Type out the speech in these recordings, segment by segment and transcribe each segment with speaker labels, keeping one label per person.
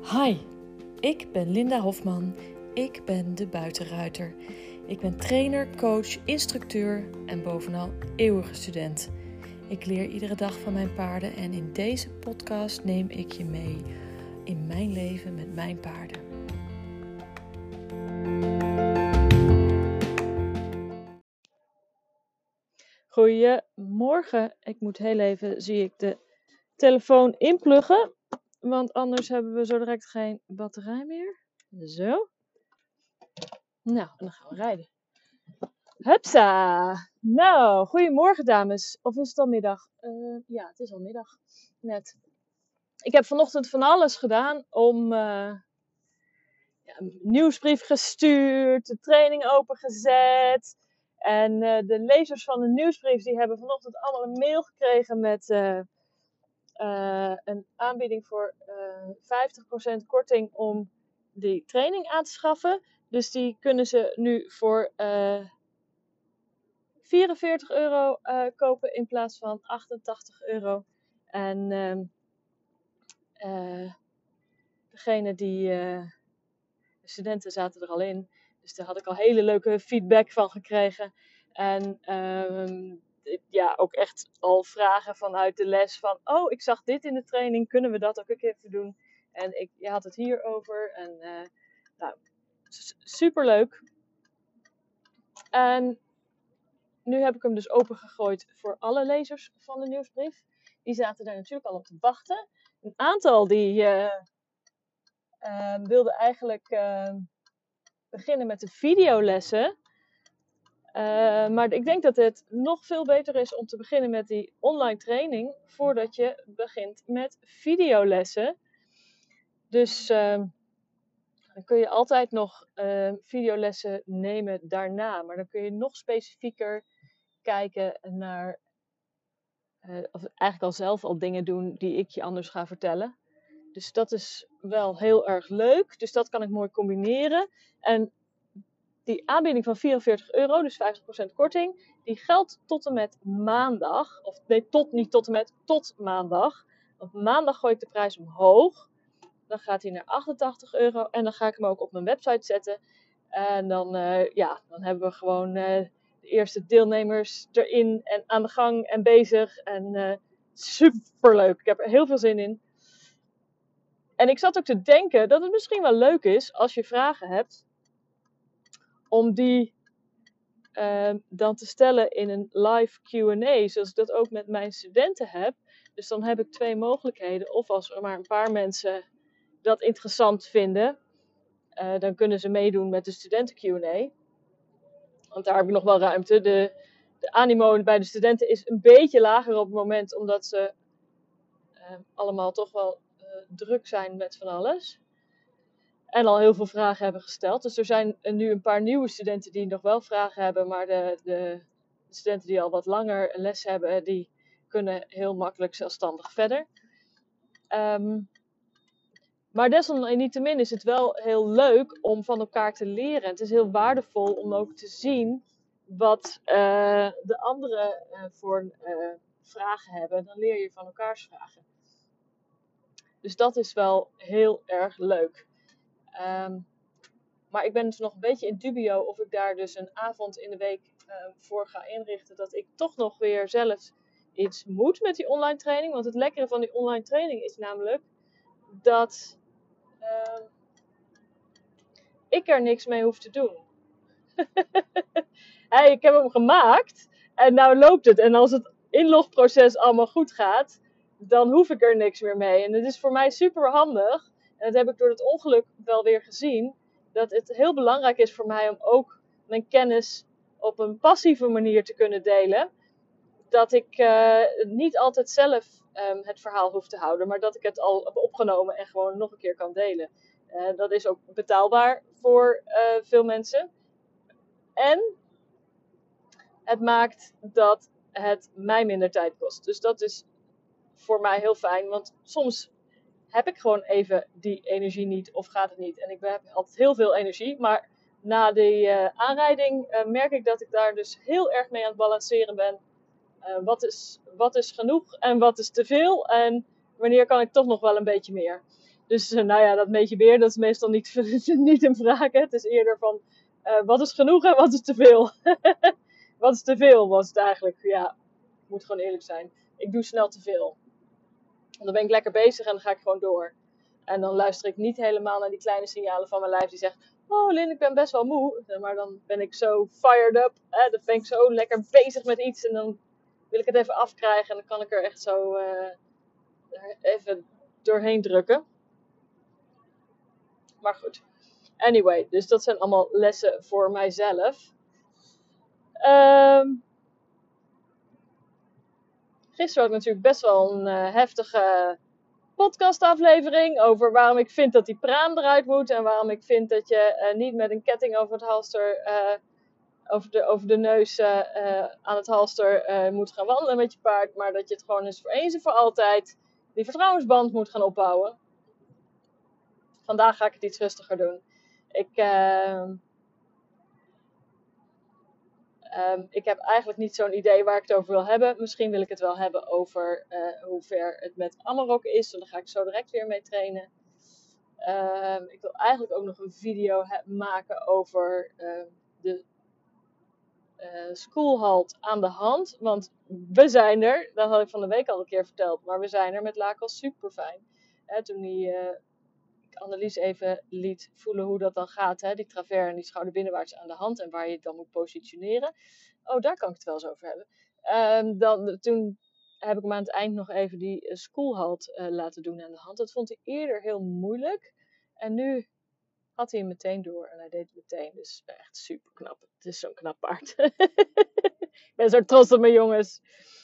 Speaker 1: Hi, ik ben Linda Hofman. Ik ben de buitenruiter. Ik ben trainer, coach, instructeur en bovenal eeuwige student. Ik leer iedere dag van mijn paarden en in deze podcast neem ik je mee in mijn leven met mijn paarden. Goedemorgen. Ik moet heel even, zie ik, de telefoon inpluggen. Want anders hebben we zo direct geen batterij meer. Zo. Nou, en dan gaan we rijden. Hupsa! Nou, goedemorgen dames. Of is het al middag? Ja, het is al middag. Net. Ik heb vanochtend van alles gedaan om een nieuwsbrief gestuurd, de training opengezet. En de lezers van de nieuwsbrief die hebben vanochtend allemaal een mail gekregen met een aanbieding voor 50% korting om die training aan te schaffen. Dus die kunnen ze nu voor 44 euro kopen in plaats van 88 euro. En degene die, de studenten zaten er al in. Dus daar had ik al hele leuke feedback van gekregen. En ja, ook echt al vragen vanuit de les van, oh, ik zag dit in de training, kunnen we dat ook een keer even doen? En je had het hier over. En nou, superleuk. En nu heb ik hem dus opengegooid voor alle lezers van de nieuwsbrief. Die zaten daar natuurlijk al op te wachten. Een aantal die wilden eigenlijk beginnen met de videolessen. Maar ik denk dat het nog veel beter is om te beginnen met die online training voordat je begint met videolessen. Dus dan kun je altijd nog videolessen nemen daarna. Maar dan kun je nog specifieker kijken naar, of eigenlijk al zelf al dingen doen die ik je anders ga vertellen. Dus dat is wel heel erg leuk. Dus dat kan ik mooi combineren. En die aanbieding van 44 euro, dus 50% korting, die geldt tot en met maandag. Of nee, niet tot en met, tot maandag. Want maandag gooi ik de prijs omhoog. Dan gaat hij naar 88 euro. En dan ga ik hem ook op mijn website zetten. En dan, dan hebben we gewoon de eerste deelnemers erin en aan de gang en bezig. En superleuk. Ik heb er heel veel zin in. En ik zat ook te denken dat het misschien wel leuk is als je vragen hebt, om die dan te stellen in een live Q&A, zoals ik dat ook met mijn studenten heb. Dus dan heb ik twee mogelijkheden. Of als er maar een paar mensen dat interessant vinden, dan kunnen ze meedoen met de studenten Q&A. Want daar heb ik nog wel ruimte. De animo bij de studenten is een beetje lager op het moment, omdat ze allemaal toch wel druk zijn met van alles. En al heel veel vragen hebben gesteld. Dus er zijn nu een paar nieuwe studenten die nog wel vragen hebben. Maar de studenten die al wat langer les hebben, die kunnen heel makkelijk zelfstandig verder. Maar desalniettemin is het wel heel leuk om van elkaar te leren. Het is heel waardevol om ook te zien wat de anderen voor vragen hebben. Dan leer je van elkaars vragen. Dus dat is wel heel erg leuk. Maar ik ben dus nog een beetje in dubio of ik daar dus een avond in de week voor ga inrichten. Dat ik toch nog weer zelf iets moet met die online training. Want het lekkere van die online training is namelijk dat ik er niks mee hoef te doen. Hey, ik heb hem gemaakt en nou loopt het. En als het inlogproces allemaal goed gaat, dan hoef ik er niks meer mee. En het is voor mij super handig. En dat heb ik door het ongeluk wel weer gezien. Dat het heel belangrijk is voor mij om ook mijn kennis op een passieve manier te kunnen delen. Dat ik niet altijd zelf het verhaal hoef te houden. Maar dat ik het al heb opgenomen en gewoon nog een keer kan delen. Dat is ook betaalbaar voor veel mensen. En het maakt dat het mij minder tijd kost. Dus dat is voor mij heel fijn. Want soms heb ik gewoon even die energie niet of gaat het niet. En ik heb altijd heel veel energie. Maar na die aanrijding merk ik dat ik daar dus heel erg mee aan het balanceren ben. Wat is genoeg en wat is te veel? En wanneer kan ik toch nog wel een beetje meer? Dus nou ja, dat meet je weer. Dat is meestal niet een vraag. Hè. Het is eerder van, wat is genoeg en wat is te veel? Wat is te veel was het eigenlijk. Ja, ik moet gewoon eerlijk zijn. Ik doe snel te veel. Dan ben ik lekker bezig en dan ga ik gewoon door. En dan luister ik niet helemaal naar die kleine signalen van mijn lijf die zegt, oh Lynn, ik ben best wel moe. Maar dan ben ik zo fired up. Dan ben ik zo lekker bezig met iets. En dan wil ik het even afkrijgen. En dan kan ik er echt zo even doorheen drukken. Maar goed. Anyway, dus dat zijn allemaal lessen voor mijzelf. Gisteren had ik natuurlijk best wel een heftige podcastaflevering over waarom ik vind dat die praam eruit moet. En waarom ik vind dat je niet met een ketting over het halster, over de neus aan het halster moet gaan wandelen met je paard. Maar dat je het gewoon eens voor eens en voor altijd die vertrouwensband moet gaan opbouwen. Vandaag ga ik het iets rustiger doen. Ik heb eigenlijk niet zo'n idee waar ik het over wil hebben. Misschien wil ik het wel hebben over hoe ver het met Amarok is. Want daar ga ik zo direct weer mee trainen. Ik wil eigenlijk ook nog een video maken over de schoolhalt aan de hand. Want we zijn er. Dat had ik van de week al een keer verteld. Maar we zijn er met Lakos super fijn. Toen die Annelies even liet voelen hoe dat dan gaat. Hè? Die travers en die schouder binnenwaarts aan de hand. En waar je het dan moet positioneren. Oh, daar kan ik het wel eens over hebben. Toen heb ik hem aan het eind nog even die schoolhalt laten doen aan de hand. Dat vond hij eerder heel moeilijk. En nu had hij hem meteen door. En hij deed het meteen. Dus echt super knap. Het is zo'n knap paard. Ik ben zo trots op mijn jongens.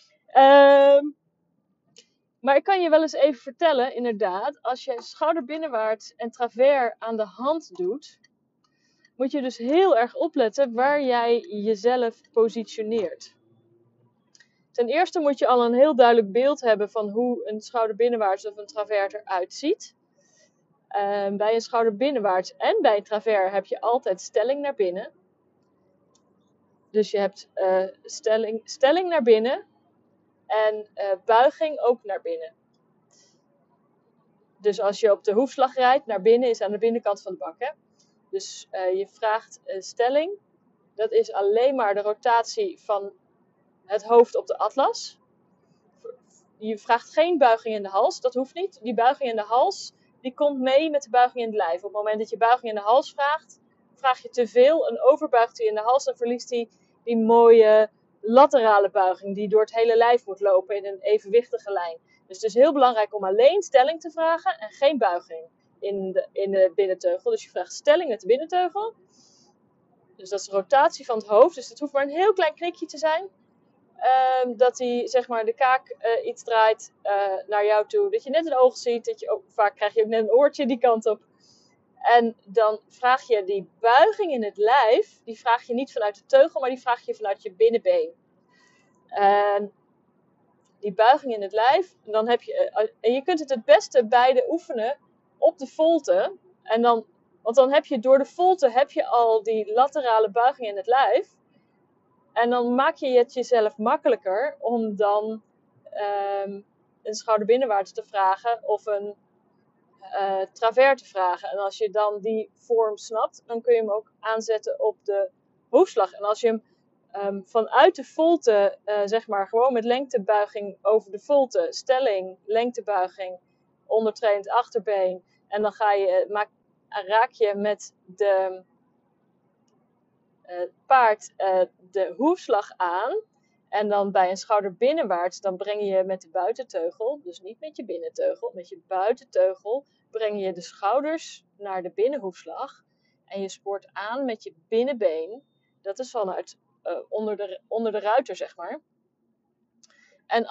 Speaker 1: Maar ik kan je wel eens even vertellen, inderdaad. Als je schouder binnenwaarts en travers aan de hand doet, moet je dus heel erg opletten waar jij jezelf positioneert. Ten eerste moet je al een heel duidelijk beeld hebben van hoe een schouder binnenwaarts of een travers eruit ziet. Bij een schouder binnenwaarts en bij een travers heb je altijd stelling naar binnen. Dus je hebt stelling naar binnen en buiging ook naar binnen. Dus als je op de hoefslag rijdt, naar binnen is aan de binnenkant van de bak. Hè? Dus je vraagt stelling. Dat is alleen maar de rotatie van het hoofd op de atlas. Je vraagt geen buiging in de hals, dat hoeft niet. Die buiging in de hals, die komt mee met de buiging in het lijf. Op het moment dat je buiging in de hals vraagt, vraag je te veel en overbuigt hij in de hals, dan verliest hij die mooie laterale buiging die door het hele lijf moet lopen in een evenwichtige lijn. Dus het is heel belangrijk om alleen stelling te vragen en geen buiging in de binnenteugel. Dus je vraagt stelling met de binnenteugel. Dus dat is de rotatie van het hoofd. Dus het hoeft maar een heel klein knikje te zijn. Dat hij zeg maar de kaak iets draait naar jou toe. Dat je net een oog ziet. Dat je ook, vaak krijg je ook net een oortje die kant op. En dan vraag je die buiging in het lijf. Die vraag je niet vanuit de teugel. Maar die vraag je vanuit je binnenbeen. En die buiging in het lijf. Dan heb je, en je kunt het beste beide oefenen op de volte. Want dan heb je door de volte heb je al die laterale buiging in het lijf. En dan maak je het jezelf makkelijker om dan een schouder binnenwaarts te vragen of een travers te vragen. En als je dan die vorm snapt, dan kun je hem ook aanzetten op de hoefslag. En als je hem vanuit de volte, zeg maar gewoon met lengtebuiging over de volte, stelling, lengtebuiging, ondertrainend achterbeen. En dan raak je met de paard de hoefslag aan. En dan bij een schouder binnenwaarts, dan breng je met de buitenteugel, dus niet met je binnenteugel, met je buitenteugel, breng je de schouders naar de binnenhoefslag. En je spoort aan met je binnenbeen. Dat is vanuit onder de ruiter, zeg maar. En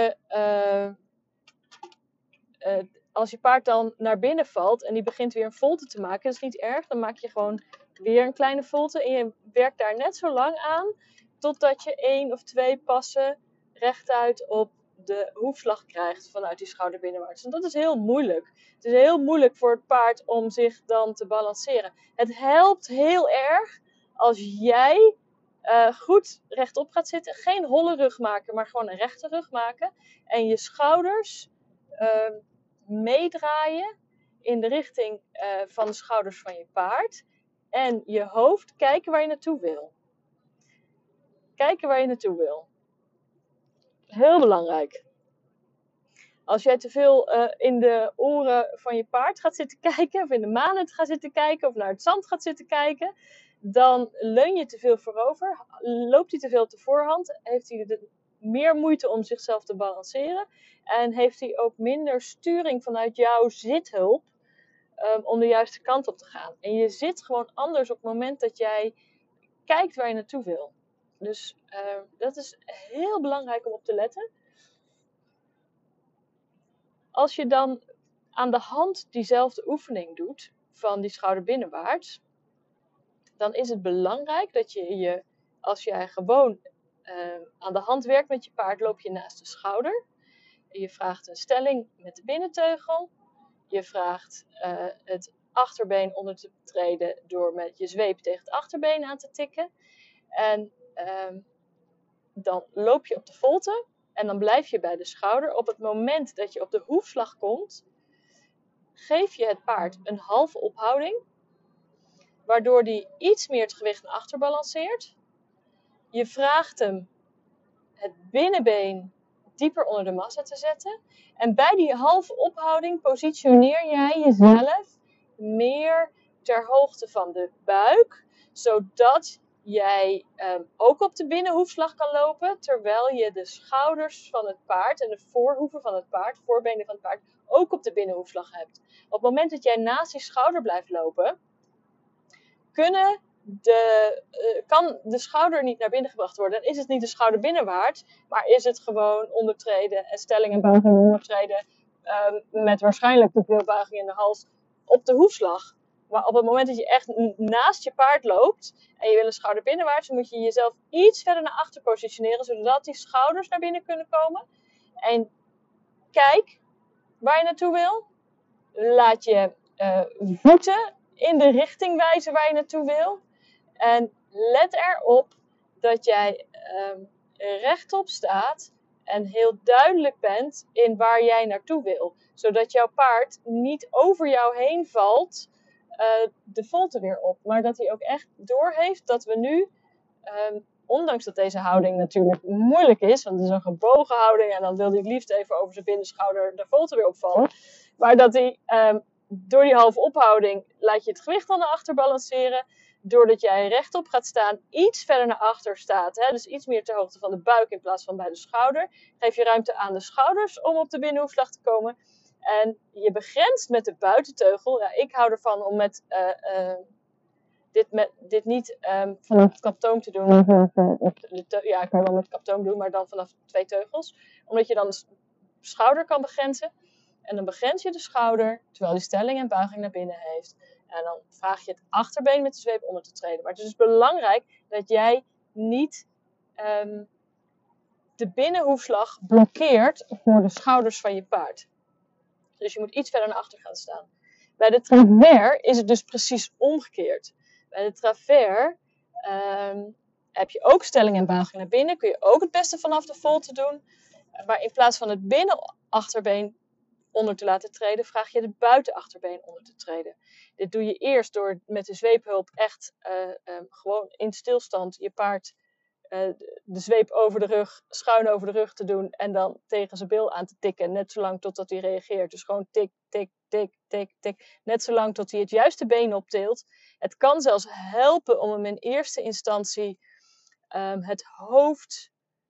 Speaker 1: als je paard dan naar binnen valt en die begint weer een volte te maken, dat is niet erg. Dan maak je gewoon weer een kleine volte en je werkt daar net zo lang aan totdat je 1 of 2 passen rechtuit op de hoefslag krijgt vanuit die schouder binnenwaarts. En dat is heel moeilijk. Het is heel moeilijk voor het paard om zich dan te balanceren. Het helpt heel erg als jij goed rechtop gaat zitten. Geen holle rug maken, maar gewoon een rechte rug maken. En je schouders meedraaien in de richting van de schouders van je paard. En je hoofd kijken waar je naartoe wil. Kijken waar je naartoe wil. Heel belangrijk. Als jij te veel in de oren van je paard gaat zitten kijken, of in de manen gaat zitten kijken, of naar het zand gaat zitten kijken, dan leun je te veel voorover, loopt hij te veel op de voorhand, heeft hij meer moeite om zichzelf te balanceren en heeft hij ook minder sturing vanuit jouw zithulp om de juiste kant op te gaan. En je zit gewoon anders op het moment dat jij kijkt waar je naartoe wil. Dus dat is heel belangrijk om op te letten. Als je dan aan de hand diezelfde oefening doet, van die schouder binnenwaarts, dan is het belangrijk dat je als jij gewoon aan de hand werkt met je paard, loop je naast de schouder. Je vraagt een stelling met de binnenteugel. Je vraagt het achterbeen onder te treden door met je zweep tegen het achterbeen aan te tikken. En dan loop je op de volte. En dan blijf je bij de schouder. Op het moment dat je op de hoefslag komt, geef je het paard een halve ophouding. Waardoor die iets meer het gewicht naar achter balanceert. Je vraagt hem het binnenbeen dieper onder de massa te zetten. En bij die halve ophouding positioneer jij jezelf meer ter hoogte van de buik. Zodat jij ook op de binnenhoefslag kan lopen. Terwijl je de schouders van het paard en de voorhoeven van het paard, voorbenen van het paard, ook op de binnenhoefslag hebt. Op het moment dat jij naast die schouder blijft lopen, kan de schouder niet naar binnen gebracht worden. Dan is het niet de schouder binnenwaarts, maar is het gewoon ondertreden en stelling en buiging ondertreden met waarschijnlijk te veel buiging in de hals op de hoefslag. Maar op het moment dat je echt naast je paard loopt en je wil een schouder binnenwaarts, dan moet je jezelf iets verder naar achter positioneren, zodat die schouders naar binnen kunnen komen. En kijk waar je naartoe wil. Laat je voeten in de richting wijzen waar je naartoe wil. En let erop dat jij rechtop staat en heel duidelijk bent in waar jij naartoe wil. Zodat jouw paard niet over jou heen valt de volte weer op. Maar dat hij ook echt doorheeft dat we nu, ondanks dat deze houding natuurlijk moeilijk is, want het is een gebogen houding en dan wil hij het liefst even over zijn binnenschouder de volte weer opvallen. Maar dat hij door die halve ophouding laat je het gewicht dan naar achter balanceren. Doordat jij rechtop gaat staan, iets verder naar achter staat. Hè, dus iets meer ter hoogte van de buik in plaats van bij de schouder. Geef je ruimte aan de schouders om op de binnenhoefslag te komen. En je begrenst met de buitenteugel. Ja, ik hou ervan om dit niet vanaf het kaptoom te doen. Ja, ik kan wel met het kaptoom doen, maar dan vanaf 2 teugels. Omdat je dan de schouder kan begrenzen. En dan begrens je de schouder, terwijl die stelling en buiging naar binnen heeft. En dan vraag je het achterbeen met de zweep onder te treden. Maar het is dus belangrijk dat jij niet de binnenhoefslag blokkeert voor de schouders van je paard. Dus je moet iets verder naar achter gaan staan. Bij de travers is het dus precies omgekeerd. Bij de travers heb je ook stelling en buiging naar binnen. Kun je ook het beste vanaf de volte doen. Maar in plaats van het binnenachterbeen onder te laten treden, vraag je de buitenachterbeen onder te treden. Dit doe je eerst door met de zweephulp echt gewoon in stilstand je paard de zweep over de rug, schuin over de rug te doen en dan tegen zijn bil aan te tikken, net zolang totdat hij reageert. Dus gewoon tik, tik, tik, tik, tik, net zolang tot hij het juiste been optilt. Het kan zelfs helpen om hem in eerste instantie het hoofd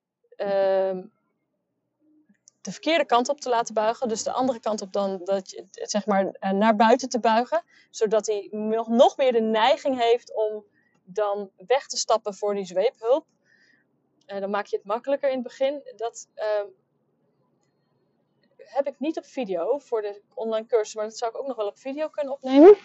Speaker 1: de verkeerde kant op te laten buigen. Dus de andere kant op dan dat je, zeg maar, naar buiten te buigen. Zodat hij nog meer de neiging heeft om dan weg te stappen voor die zweephulp. Dan maak je het makkelijker in het begin. Dat heb ik niet op video voor de online cursus. Maar dat zou ik ook nog wel op video kunnen opnemen.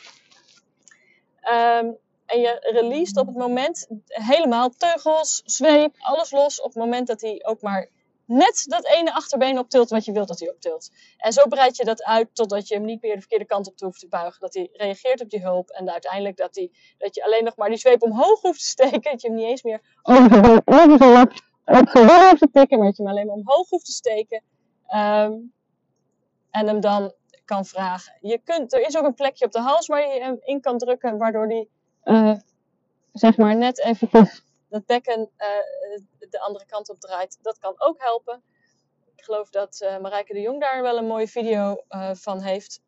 Speaker 1: En je released op het moment helemaal teugels, zweep, alles los. Op het moment dat hij ook maar net dat ene achterbeen optilt wat je wilt dat hij optilt. En zo breid je dat uit totdat je hem niet meer de verkeerde kant op hoeft te buigen. Dat hij reageert op die hulp. En uiteindelijk dat je alleen nog maar die zweep omhoog hoeft te steken. Dat je hem niet eens meer op zijn hoeft te tikken. Maar dat je hem alleen maar omhoog hoeft te steken. En hem dan kan vragen. Er is ook een plekje op de hals waar je hem in kan drukken, waardoor die zeg maar net even dat bekken de andere kant op draait. Dat kan ook helpen. Ik geloof dat Marijke de Jong daar wel een mooie video van heeft.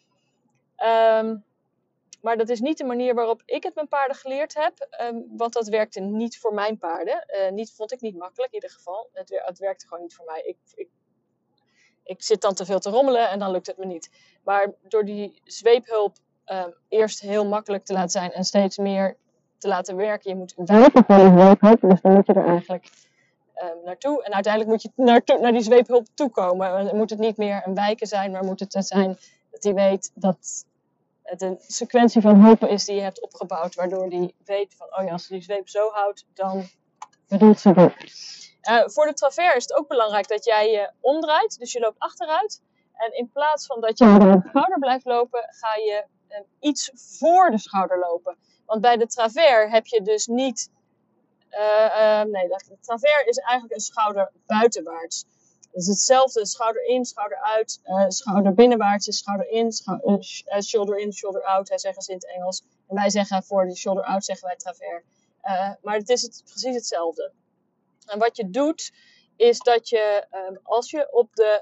Speaker 1: Maar dat is niet de manier waarop ik het mijn paarden geleerd heb. Want dat werkte niet voor mijn paarden. Vond ik niet makkelijk in ieder geval. Het werkte gewoon niet voor mij. Ik zit dan te veel te rommelen en dan lukt het me niet. Maar door die zweephulp eerst heel makkelijk te laten zijn en steeds meer te laten werken. Je moet wijken van die zweephulp, dus dan moet je er eigenlijk naartoe. En uiteindelijk moet je naar die zweephulp toekomen. Dan moet het niet meer een wijken zijn, maar moet het zijn dat hij weet dat het een sequentie van hulpen is die je hebt opgebouwd. Waardoor hij weet van, oh ja, als hij die zweep zo houdt, dan bedoelt ze dat. Voor de travers is het ook belangrijk dat jij je omdraait. Dus je loopt achteruit. En in plaats van dat je naar de schouder blijft lopen, ga je iets voor de schouder lopen. Want bij de travers heb je dus niet... de travers is eigenlijk een schouder buitenwaarts. Dat is hetzelfde, schouder in, schouder uit, schouder binnenwaarts is schouder in, shoulder in, shoulder out, zeggen ze in het Engels. En wij zeggen voor die shoulder out zeggen wij travers. Maar het is precies hetzelfde. En wat je doet, is dat je, als je op de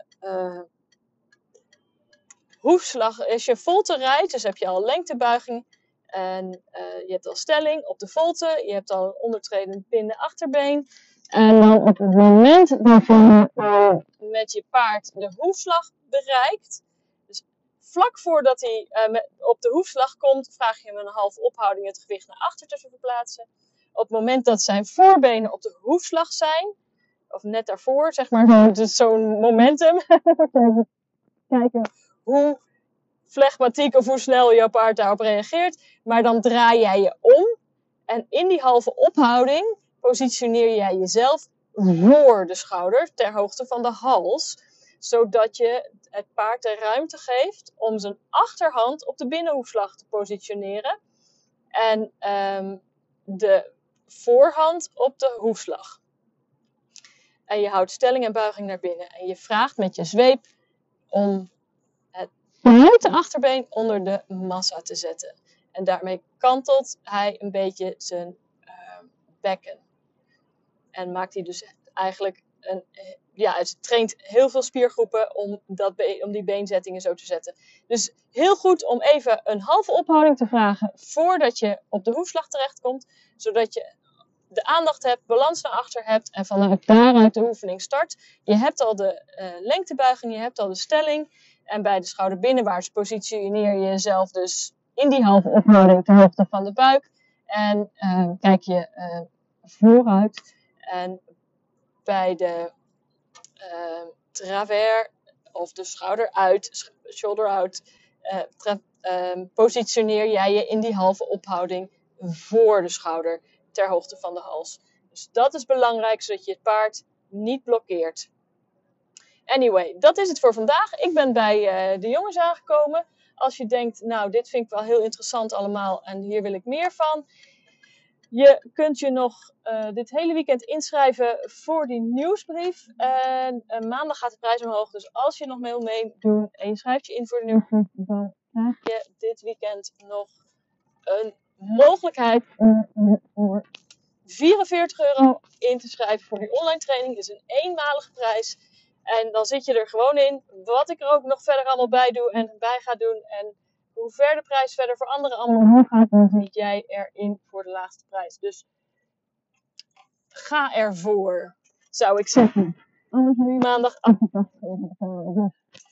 Speaker 1: hoefslag, als je volte rijdt, dus heb je al lengtebuiging en je hebt al stelling op de volte, je hebt al een ondertredend pinnen achterbeen. En dan op het moment dat je met je paard de hoefslag bereikt, dus vlak voordat hij op de hoefslag komt, vraag je hem een halve ophouding het gewicht naar achter te verplaatsen. Op het moment dat zijn voorbenen op de hoefslag zijn, of net daarvoor, zeg maar, dus zo'n momentum. Kijken hoe flegmatiek of hoe snel jouw paard daarop reageert. Maar dan draai jij je om. En in die halve ophouding positioneer jij jezelf voor de schouder, ter hoogte van de hals. Zodat je het paard de ruimte geeft om zijn achterhand op de binnenhoefslag te positioneren. En de voorhand op de hoefslag. En je houdt stelling en buiging naar binnen. En je vraagt met je zweep om het buitenachterbeen onder de massa te zetten. En daarmee kantelt hij een beetje zijn bekken. En maakt hij dus eigenlijk het traint heel veel spiergroepen om die beenzettingen zo te zetten. Dus heel goed om even een halve ophouding te vragen voordat je op de hoefslag terechtkomt. Zodat je de aandacht hebt, balans naar achter hebt en vanuit daaruit de oefening start. Je hebt al de lengtebuiging, je hebt al de stelling. En bij de schouder binnenwaarts positioneer je jezelf dus in die halve ophouding ter hoogte van de buik. En kijk je vooruit. En bij de travers of de schouder uit, shoulder out, positioneer jij je in die halve ophouding voor de schouder ter hoogte van de hals. Dus dat is belangrijk, zodat je het paard niet blokkeert. Anyway, dat is het voor vandaag. Ik ben bij de jongens aangekomen. Als je denkt, nou, dit vind ik wel heel interessant allemaal en hier wil ik meer van. Je kunt je nog dit hele weekend inschrijven voor die nieuwsbrief. En maandag gaat de prijs omhoog. Dus als je nog wil meedoen en je schrijft je in voor de nieuwsbrief, dan krijg je dit weekend nog een mogelijkheid om voor €44 in te schrijven voor die online training. Dat is een eenmalige prijs. En dan zit je er gewoon in. Wat ik er ook nog verder allemaal bij doe en bij ga doen. En hoe ver de prijs verder voor anderen allemaal omhoog gaat, dan zit jij erin voor de laagste prijs. Dus ga ervoor, zou ik zeggen. Anders nu maandag 88 €.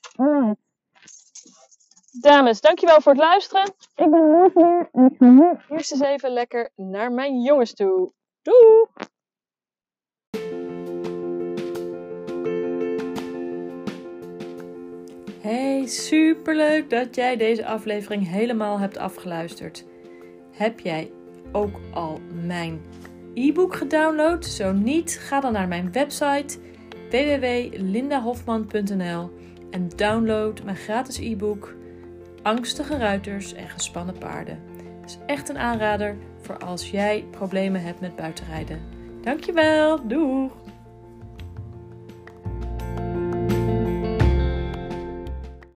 Speaker 1: Dames, dankjewel voor het luisteren. Ik ben Lies weer en ik ga nu eerst eens even lekker naar mijn jongens toe. Doei! Hey, superleuk dat jij deze aflevering helemaal hebt afgeluisterd. Heb jij ook al mijn e-book gedownload? Zo niet, ga dan naar mijn website www.lindahofman.nl en download mijn gratis e-book Angstige ruiters en gespannen paarden. Het is echt een aanrader voor als jij problemen hebt met buitenrijden. Dankjewel, doeg!